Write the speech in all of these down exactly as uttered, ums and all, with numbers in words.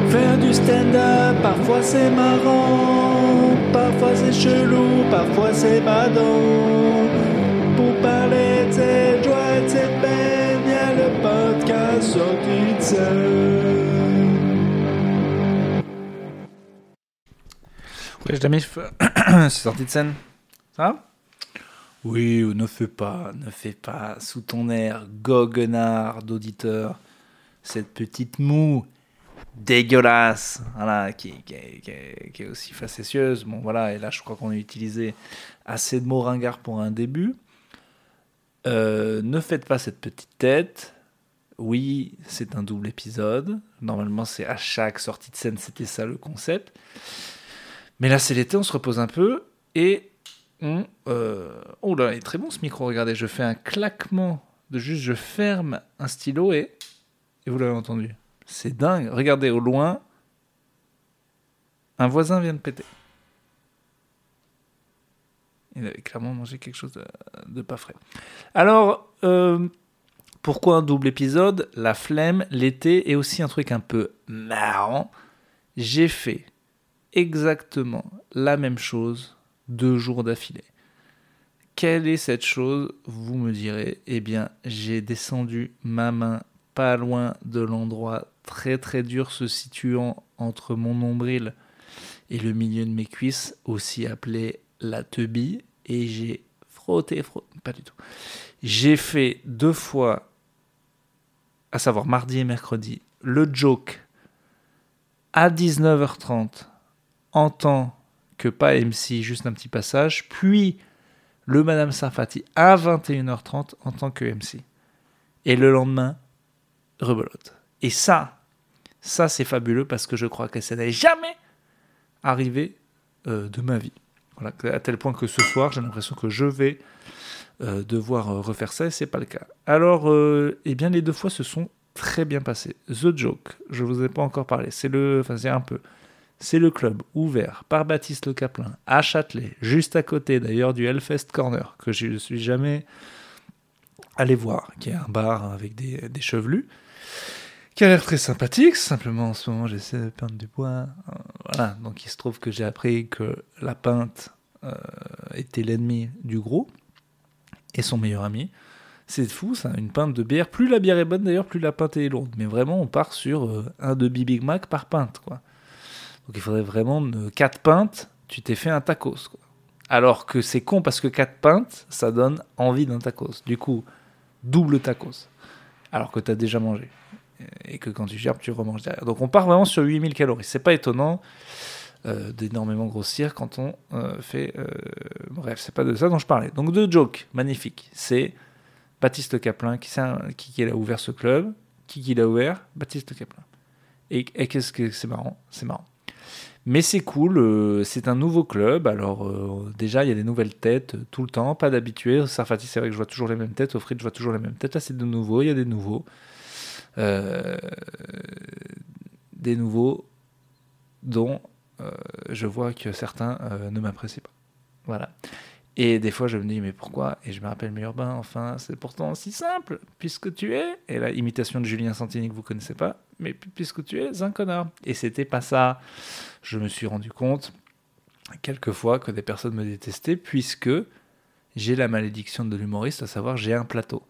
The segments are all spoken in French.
Faire du stand-up, parfois c'est marrant, parfois c'est chelou, parfois c'est badant. Pour parler de cette joie et de cette peine, y a le podcast Sortie de scène. Ouais, je mis... c'est Sortie de scène. Ça va ? Oui, ne fais pas, ne fais pas, sous ton air goguenard d'auditeur, cette petite moue dégueulasse, voilà, qui, qui, qui, qui est aussi facétieuse. Bon, voilà, et là, je crois qu'on a utilisé assez de mots ringards pour un début. Euh, ne faites pas cette petite tête. Oui, c'est un double épisode. Normalement, c'est à chaque sortie de scène, c'était ça le concept. Mais là, c'est l'été, on se repose un peu et on... Euh... Oh là, il est très bon ce micro, regardez, je fais un claquement de juste, je ferme un stylo et... Et vous l'avez entendu. C'est dingue. Regardez, au loin, un voisin vient de péter. Il avait clairement mangé quelque chose de, de pas frais. Alors, euh, pourquoi un double épisode ? La flemme, l'été, et aussi un truc un peu marrant. J'ai fait exactement la même chose deux jours d'affilée. Quelle est cette chose ? Vous me direz. Eh bien, j'ai descendu ma main pas loin de l'endroit très très dur se situant entre mon nombril et le milieu de mes cuisses, aussi appelé la teubie, et j'ai frotté, frotté, pas du tout. J'ai fait deux fois, à savoir mardi et mercredi, le joke à dix-neuf heures trente en tant que pas M C, juste un petit passage, puis le Madame Sarfati à vingt et une heures trente en tant que M C. Et le lendemain, rebelote. Et ça, ça c'est fabuleux parce que je crois que ça n'est jamais arrivé euh, de ma vie. Voilà, à tel point que ce soir, j'ai l'impression que je vais euh, devoir euh, refaire ça et c'est pas le cas. Alors, euh, eh bien, les deux fois se sont très bien passées. The Joke, je vous ai pas encore parlé. C'est le, enfin c'est un peu, c'est le club ouvert par Baptiste Le Caplin à Châtelet, juste à côté d'ailleurs du Hellfest Corner que je ne suis jamais allé voir, qui est un bar avec des, des chevelus, qui a l'air très sympathique. Simplement, en ce moment, j'essaie de peindre du bois. Euh, voilà, donc il se trouve que j'ai appris que la pinte euh, était l'ennemi du gros et son meilleur ami. C'est fou, ça, une pinte de bière. Plus la bière est bonne, d'ailleurs, plus la pinte est lourde. Mais vraiment, on part sur euh, un demi Big Mac par pinte, quoi. Donc il faudrait vraiment euh, quatre pintes, tu t'es fait un tacos, quoi. Alors que c'est con parce que quatre pintes, ça donne envie d'un tacos. Du coup, double tacos. Alors que tu as déjà mangé. Et que quand tu gerbes, tu remanges derrière. Donc on part vraiment sur huit mille calories. C'est pas étonnant euh, d'énormément grossir quand on euh, fait... Euh... Bref, c'est pas de ça dont je parlais. Donc deux jokes magnifiques. C'est Baptiste Le Caplin qui, qui, qui a ouvert ce club. Qui, qui l'a ouvert ? Baptiste Le Caplin. Et, et qu'est-ce que c'est marrant ? C'est marrant. Mais c'est cool, euh, c'est un nouveau club. Alors euh, déjà, il y a des nouvelles têtes euh, tout le temps, pas d'habitués. Sarfati, c'est vrai que je vois toujours les mêmes têtes. Au Frit, je vois toujours les mêmes têtes. Là, c'est de nouveau, il y a des nouveaux. Euh, des nouveaux dont euh, je vois que certains euh, ne m'apprécient pas. Voilà. Et des fois, je me dis, mais pourquoi ? Et je me rappelle, mais Urbain, enfin, c'est pourtant si simple, puisque tu es, et la imitation de Julien Santini que vous ne connaissez pas, mais puisque tu es un connard. Et c'était pas ça. Je me suis rendu compte, quelquefois, que des personnes me détestaient, puisque j'ai la malédiction de l'humoriste, à savoir, j'ai un plateau.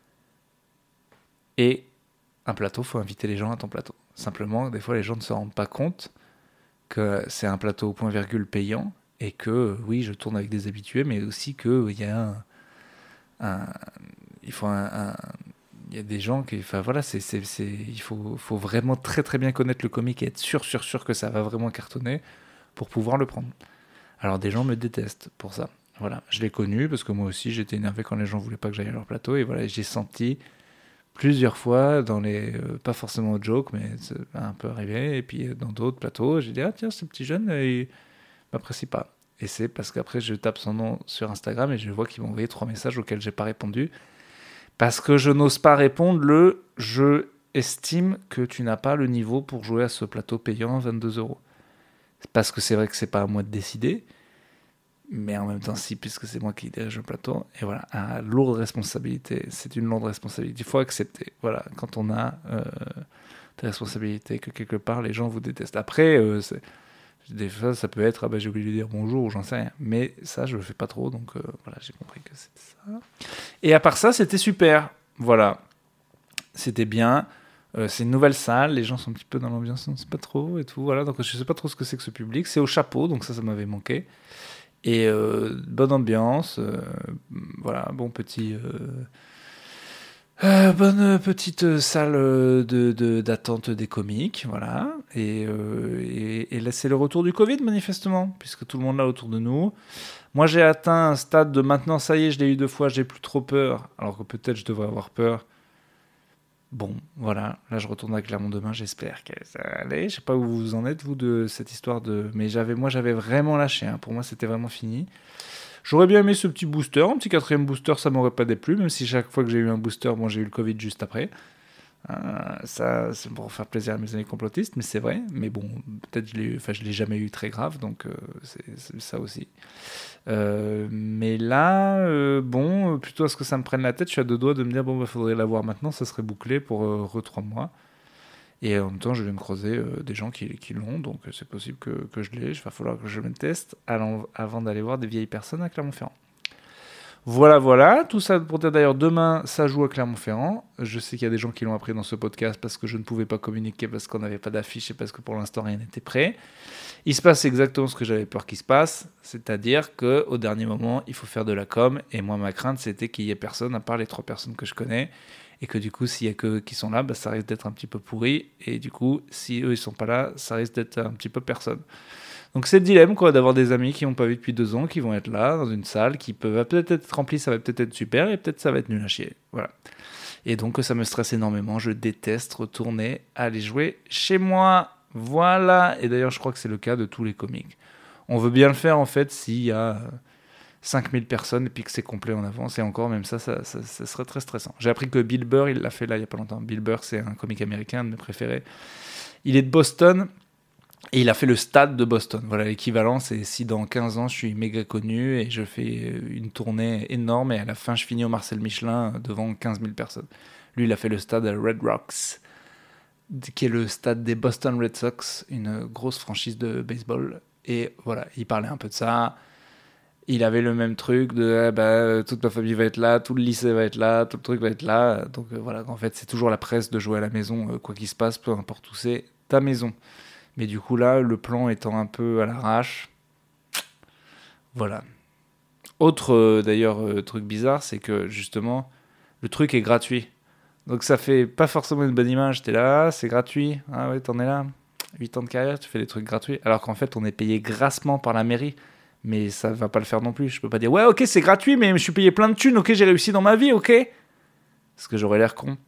Et un plateau, il faut inviter les gens à ton plateau. Simplement, des fois, les gens ne se rendent pas compte que c'est un plateau au point virgule payant, et que, oui, je tourne avec des habitués, mais aussi qu'il y a un... un il faut un... un il y a des gens qui... Enfin, voilà, c'est, c'est, c'est, il faut, faut vraiment très, très bien connaître le comique et être sûr, sûr, sûr que ça va vraiment cartonner pour pouvoir le prendre. Alors, des gens me détestent pour ça. Voilà, je l'ai connu, parce que moi aussi, j'étais énervé quand les gens ne voulaient pas que j'aille à leur plateau, et voilà, j'ai senti plusieurs fois dans les... Euh, pas forcément au joke, mais c'est un peu arrivé, et puis dans d'autres plateaux, j'ai dit, ah tiens, ce petit jeune, il m'apprécie pas. Et c'est parce qu'après, je tape son nom sur Instagram et je vois qu'il m'a envoyé trois messages auxquels j'ai pas répondu. Parce que je n'ose pas répondre le « je estime que tu n'as pas le niveau pour jouer à ce plateau payant à vingt-deux euros ». Parce que c'est vrai que c'est pas à moi de décider, mais en même temps, si, puisque c'est moi qui dirige le plateau. Et voilà, à lourde responsabilité. C'est une lourde responsabilité. Il faut accepter. Voilà, quand on a euh, tes responsabilités, que quelque part les gens vous détestent. Après, euh, c'est, des fois ça peut être ah bah j'ai oublié de lui dire bonjour ou j'en sais rien. Mais ça je le fais pas trop, donc euh, voilà, j'ai compris que c'était ça. Et à part ça, c'était super. Voilà, c'était bien. Euh, c'est une nouvelle salle, les gens sont un petit peu dans l'ambiance, on ne sait pas trop et tout. Voilà, donc je sais pas trop ce que c'est que ce public. C'est au Chapeau, donc ça, ça m'avait manqué. Et euh, bonne ambiance, euh, voilà, bon petit, euh, euh, bonne petite salle de, de, d'attente des comiques, voilà. Et, euh, et, et là, c'est le retour du Covid, manifestement, puisque tout le monde là autour de nous. Moi, j'ai atteint un stade de maintenant, ça y est, je l'ai eu deux fois, j'ai plus trop peur, alors que peut-être je devrais avoir peur. Bon, voilà, là je retourne à Clermont demain, j'espère que ça va aller. Je sais pas où vous en êtes, vous, de cette histoire de... Mais j'avais, moi, j'avais vraiment lâché, hein. Pour moi, c'était vraiment fini. J'aurais bien aimé ce petit booster, un petit quatrième booster, ça m'aurait pas déplu, même si chaque fois que j'ai eu un booster, bon, j'ai eu le Covid juste après. Euh, ça, c'est pour faire plaisir à mes amis complotistes, mais c'est vrai. Mais bon, peut-être je l'ai, enfin, je l'ai jamais eu très grave, donc euh, c'est, c'est ça aussi. Euh, mais là, euh, bon, plutôt à ce que ça me prenne la tête, je suis à deux doigts de me dire bon, bah, faudrait l'avoir maintenant, ça serait bouclé pour euh, re trois mois. Et en même temps, je viens de croiser euh, des gens qui, qui l'ont, donc c'est possible que, que je l'ai. Il va falloir que je me teste allant, avant d'aller voir des vieilles personnes à Clermont-Ferrand. Voilà, voilà. Tout ça pour dire d'ailleurs, demain, ça joue à Clermont-Ferrand. Je sais qu'il y a des gens qui l'ont appris dans ce podcast parce que je ne pouvais pas communiquer parce qu'on n'avait pas d'affiche et parce que pour l'instant, rien n'était prêt. Il se passe exactement ce que j'avais peur qu'il se passe, c'est-à-dire qu'au dernier moment, il faut faire de la com. Et moi, ma crainte, c'était qu'il n'y ait personne à part les trois personnes que je connais. Et que du coup, s'il n'y a que qui sont là, bah, ça risque d'être un petit peu pourri. Et du coup, si eux, ils ne sont pas là, ça risque d'être un petit peu personne. Donc c'est le dilemme, quoi, d'avoir des amis qui n'ont pas vu depuis deux ans, qui vont être là, dans une salle, qui peut peut-être être remplie, ça va peut-être être super, et peut-être ça va être nul à chier. Voilà. Et donc ça me stresse énormément, je déteste retourner aller jouer chez moi. Voilà. Et d'ailleurs, je crois que c'est le cas de tous les comiques. On veut bien le faire, en fait, s'il y a cinq mille personnes et puis que c'est complet en avance. Et encore, même ça, ça, ça, ça serait très stressant. J'ai appris que Bill Burr, il l'a fait là, il n'y a pas longtemps. Bill Burr, c'est un comique américain, un de mes préférés. Il est de Boston. Et il a fait le stade de Boston. Voilà, l'équivalent, c'est si dans quinze ans, je suis méga connu et je fais une tournée énorme et à la fin, je finis au Marcel Michelin devant quinze mille personnes. Lui, il a fait le stade Red Rocks, qui est le stade des Boston Red Sox, une grosse franchise de baseball. Et voilà, il parlait un peu de ça. Il avait le même truc de ah bah, toute ma famille va être là, tout le lycée va être là, tout le truc va être là. Donc euh, voilà, en fait, c'est toujours la presse de jouer à la maison, euh, quoi qu'il se passe, peu importe où c'est, ta maison. Mais du coup, là, le plan étant un peu à l'arrache, voilà. Autre, euh, d'ailleurs, euh, truc bizarre, c'est que, justement, le truc est gratuit. Donc, ça fait pas forcément une bonne image. T'es là, c'est gratuit. Ah ouais, t'en es là. huit ans de carrière, tu fais des trucs gratuits. Alors qu'en fait, on est payé grassement par la mairie. Mais ça va pas le faire non plus. Je peux pas dire, ouais, ok, c'est gratuit, mais je suis payé plein de thunes. Ok, j'ai réussi dans ma vie, ok. Parce que j'aurais l'air con.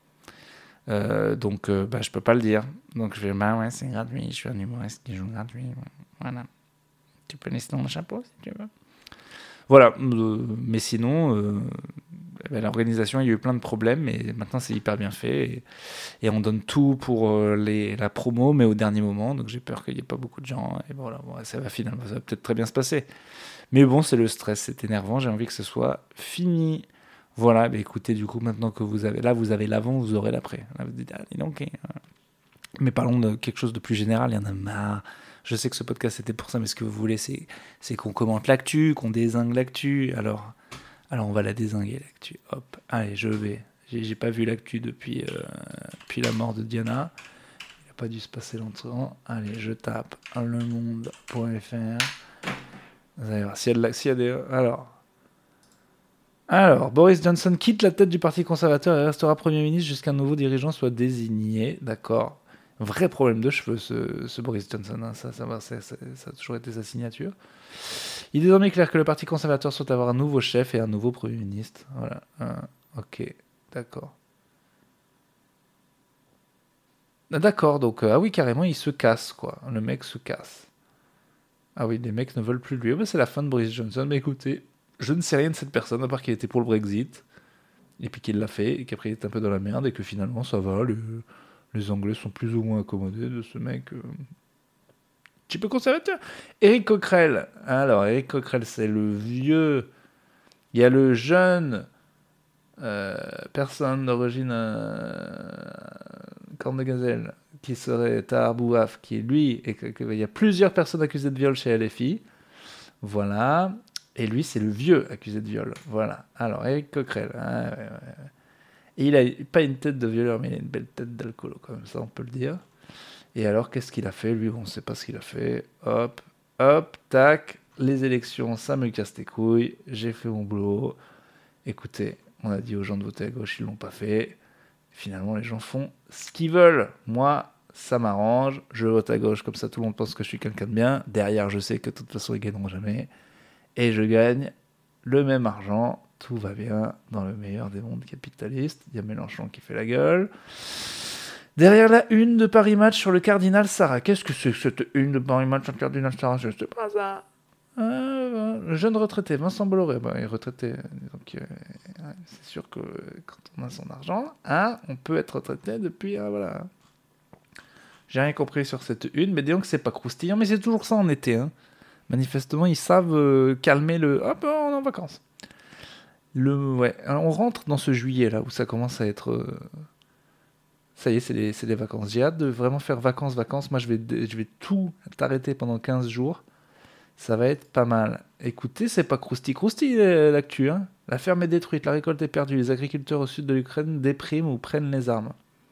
Euh, donc, euh, bah, je peux pas le dire. Donc, je vais, bah ouais, c'est gratuit. Je suis un humoriste qui joue gratuit. Voilà. Tu peux laisser dans le chapeau si tu veux. Voilà. Euh, mais sinon, euh, bah, l'organisation, il y a eu plein de problèmes. Mais maintenant, c'est hyper bien fait. Et, et on donne tout pour euh, les, la promo, mais au dernier moment. Donc, j'ai peur qu'il n'y ait pas beaucoup de gens. Et voilà, bon, ça va finalement, ça va peut-être très bien se passer. Mais bon, c'est le stress. C'est énervant. J'ai envie que ce soit fini. Voilà, bah écoutez, du coup, maintenant que vous avez... Là, vous avez l'avant, vous aurez l'après. Là, vous dites, ah, dis donc. Okay. Mais parlons de quelque chose de plus général. Il y en a marre. Je sais que ce podcast, était pour ça, mais ce que vous voulez, c'est, c'est qu'on commente l'actu, qu'on dézingue l'actu. Alors, alors, on va la dézinguer, l'actu. Hop, allez, je vais. J'ai, j'ai pas vu l'actu depuis, euh, depuis la mort de Diana. Il n'a pas dû se passer longtemps. Allez, je tape lemonde point f r. Vous allez voir, s'il y a, de la, s'il y a des... Alors... Alors, Boris Johnson quitte la tête du Parti conservateur et restera Premier ministre jusqu'à un nouveau dirigeant soit désigné. D'accord. Vrai problème de cheveux, ce, ce Boris Johnson. Hein. Ça, ça, ça, ça, ça a toujours été sa signature. Il est désormais clair que le Parti conservateur souhaite avoir un nouveau chef et un nouveau Premier ministre. Voilà. Ah, ok, d'accord. Ah, d'accord, donc, euh, ah oui, carrément, il se casse, quoi. Le mec se casse. Ah oui, les mecs ne veulent plus de lui. Oh, bah, c'est la fin de Boris Johnson. Mais écoutez... Je ne sais rien de cette personne, à part qu'il était pour le Brexit, et puis qu'il l'a fait, et qu'après il est un peu dans la merde, et que finalement ça va, les, les Anglais sont plus ou moins accommodés de ce mec euh, un petit peu conservateur. Éric Coquerel, alors Éric Coquerel, c'est le vieux, il y a le jeune, euh, personne d'origine euh, Corne de Gazelle, qui serait Tahar Bouaf, qui lui, et qu'il y a plusieurs personnes accusées de viol chez L F I. Voilà. Et lui, c'est le vieux accusé de viol. Voilà. Alors, Éric Coquerel. Hein, ouais, ouais. Et il a pas une tête de violeur, mais il a une belle tête d'alcoolo, comme ça, on peut le dire. Et alors, qu'est-ce qu'il a fait? Lui, on ne sait pas ce qu'il a fait. Hop, hop, tac. Les élections, ça me casse les couilles. J'ai fait mon boulot. Écoutez, on a dit aux gens de voter à gauche, ils ne l'ont pas fait. Finalement, les gens font ce qu'ils veulent. Moi, ça m'arrange. Je vote à gauche, comme ça, tout le monde pense que je suis quelqu'un de bien. Derrière, je sais que de toute façon, ils ne gagneront jamais. Et je gagne le même argent. Tout va bien dans le meilleur des mondes capitalistes. Il y a Mélenchon qui fait la gueule. Derrière la une de Paris Match sur le Cardinal Sarah. Qu'est-ce que c'est que cette une de Paris Match sur le Cardinal Sarah? Je ne sais pas ça. Euh, le jeune retraité, Vincent Bolloré, bah, il est retraité. Donc, euh, c'est sûr que quand on a son argent, hein, on peut être retraité depuis. Euh, voilà. J'ai rien compris sur cette une, mais disons que c'est pas croustillant, mais c'est toujours ça en été. Hein. Manifestement, ils savent euh, calmer le. Hop, on est en vacances. Le, ouais, alors on rentre dans ce juillet là où ça commence à être. Euh... Ça y est, c'est les, c'est les vacances. J'ai hâte de vraiment faire vacances, vacances. Moi, je vais, je vais tout t'arrêter pendant quinze jours. Ça va être pas mal. Écoutez, c'est pas crousti-crousti l'actu. Hein. La ferme est détruite, la récolte est perdue. Les agriculteurs au sud de l'Ukraine dépriment ou prennent les armes.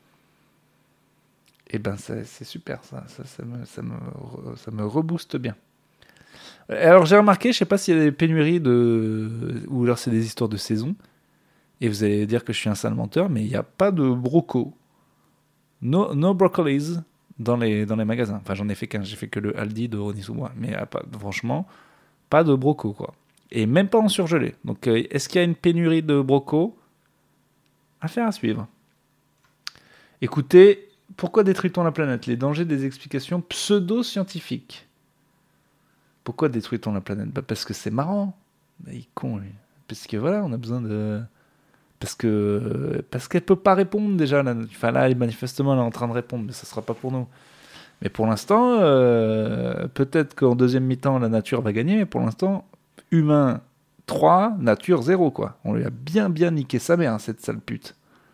Eh ben, c'est, c'est super ça. Ça, ça, me, ça, me, ça me rebooste bien. Alors j'ai remarqué, je sais pas s'il y a des pénuries de... ou alors c'est des histoires de saison, et vous allez dire que je suis un sale menteur, mais il n'y a pas de broco. No, no broccolis dans les, dans les magasins. Enfin j'en ai fait qu'un, j'ai fait que le Aldi de Rony-sous-Bois, mais pas, franchement, pas de broco quoi. Et même pas en surgelé. Donc euh, est-ce qu'il y a une pénurie de broco? Affaire à suivre. Écoutez, pourquoi détruit-on la planète? Les dangers des explications pseudo-scientifiques. Pourquoi détruit-on la planète? Bah parce que c'est marrant. Bah, il est con, lui. Parce que voilà, on a besoin de... Parce que parce qu'elle peut pas répondre déjà. Là, enfin, là, manifestement, elle est en train de répondre, mais ça sera pas pour nous. Mais pour l'instant, euh, peut-être qu'en deuxième mi-temps, la nature va gagner, mais pour l'instant, humain trois, nature zéro, quoi. On lui a bien, bien niqué sa mère, hein, cette sale pute.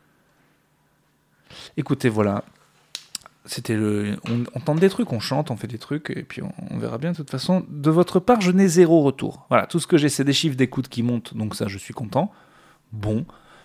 Écoutez, voilà. C'était le, on, on tente des trucs, on chante, on fait des trucs, et puis on, on verra bien. De toute façon, de votre part, je n'ai zéro retour. Voilà, tout ce que j'ai, c'est des chiffres d'écoute qui montent, donc ça, je suis content. Bon,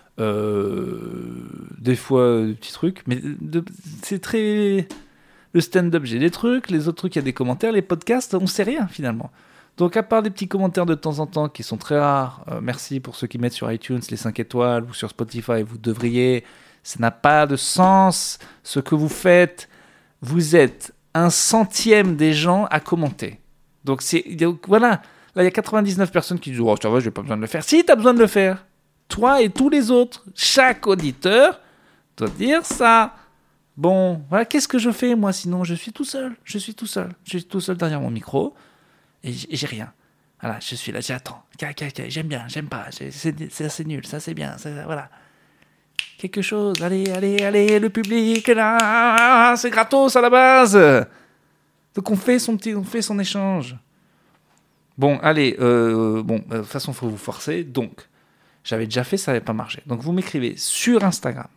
euh, des fois, des petits trucs, mais de, c'est très... Le stand-up, j'ai des trucs, les autres trucs, il y a des commentaires, les podcasts, on sait rien, finalement. Donc, à part des petits commentaires de temps en temps, qui sont très rares, euh, merci pour ceux qui mettent sur iTunes les cinq étoiles, ou sur Spotify, vous devriez... Ça n'a pas de sens, ce que vous faites... Vous êtes un centième des gens à commenter. Donc, c'est, donc voilà, là, il y a quatre-vingt-dix-neuf personnes qui disent « Oh, ça va, je n'ai pas besoin de le faire. » Si, tu as besoin de le faire. Toi et tous les autres. Chaque auditeur doit dire ça. Bon, voilà, qu'est-ce que je fais, moi, sinon? Je suis tout seul. Je suis tout seul. Je suis tout seul derrière mon micro. Et j'ai rien. Voilà, je suis là, j'attends. J'aime bien, j'aime pas. C'est, c'est assez nul, ça, c'est bien. Ça, voilà. Quelque chose, allez, allez, allez, le public, là, c'est gratos à la base. Donc on fait son petit, on fait son échange. Bon, allez, euh, bon, de toute façon, il faut vous forcer. Donc, j'avais déjà fait, ça n'avait pas marché. Donc vous m'écrivez sur Instagram.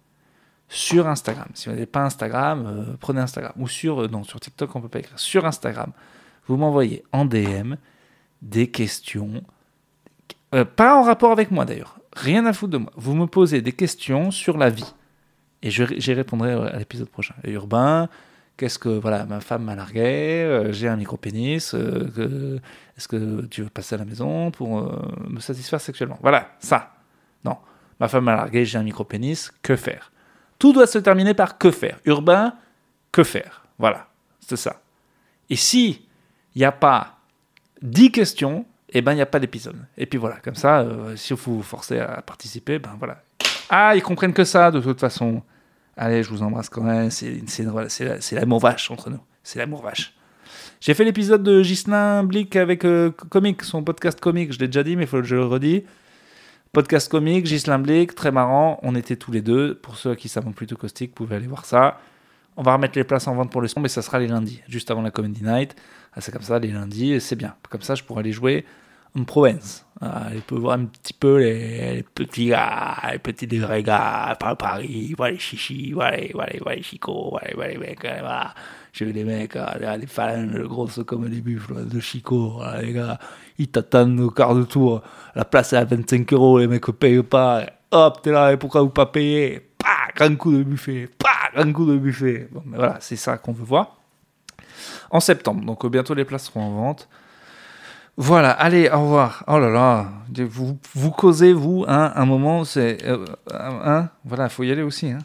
Sur Instagram. Si vous n'avez pas Instagram, euh, prenez Instagram. Ou sur, euh, non, sur TikTok, on ne peut pas écrire. Sur Instagram, vous m'envoyez en D M des questions, euh, pas en rapport avec moi d'ailleurs. Rien à foutre de moi. Vous me posez des questions sur la vie. Et je, j'y répondrai à l'épisode prochain. Et Urbain, qu'est-ce que... Voilà, ma femme m'a largué, euh, j'ai un micro-pénis, euh, que, est-ce que tu veux passer à la maison pour euh, me satisfaire sexuellement? Voilà, ça. Non. Ma femme m'a largué, j'ai un micro-pénis, que faire? Tout doit se terminer par que faire. Urbain, que faire? Voilà, c'est ça. Et si il n'y a pas dix questions... eh ben il n'y a pas d'épisode. Et puis voilà, comme ça, euh, si vous vous forcez à participer, ben voilà. Ah, ils comprennent que ça, de toute façon. Allez, je vous embrasse quand même, c'est, c'est, voilà, c'est, la, c'est l'amour vache entre nous. C'est l'amour vache. J'ai fait l'épisode de Ghislain Blic avec euh, Comique, son podcast Comique, je l'ai déjà dit, mais il faut que je le redis. Podcast Comique, Ghislain Blic, très marrant, on était tous les deux. Pour ceux qui savent plutôt caustique, vous pouvez aller voir ça. On va remettre les places en vente pour le son, mais ça sera les lundis, juste avant la Comedy Night. Ah, c'est comme ça, les lundis, c'est bien. Comme ça, je pourrai aller jouer en province. Ah, il peut voir un petit peu les, les petits gars, les petits des vrais gars par Paris, voilà les chichis, voilà les, voilà les, voilà les chicots, voilà les, voilà les mecs, voilà. J'ai vu des mecs, des phalanges grosses comme des buffles de chicots, voilà, les gars, ils t'attendent au quart de tour, la place est à vingt-cinq euros, les mecs payent pas, hop, t'es là, et pourquoi vous pas payer? Pas, grand coup de buffet, pas, grand coup de buffet. Bon, mais voilà, c'est ça qu'on veut voir. En septembre, donc bientôt les places seront en vente. Voilà, allez, au revoir. Oh là là, vous, vous causez, vous, hein, un moment, c'est... Euh, hein, voilà, il faut y aller aussi. Hein.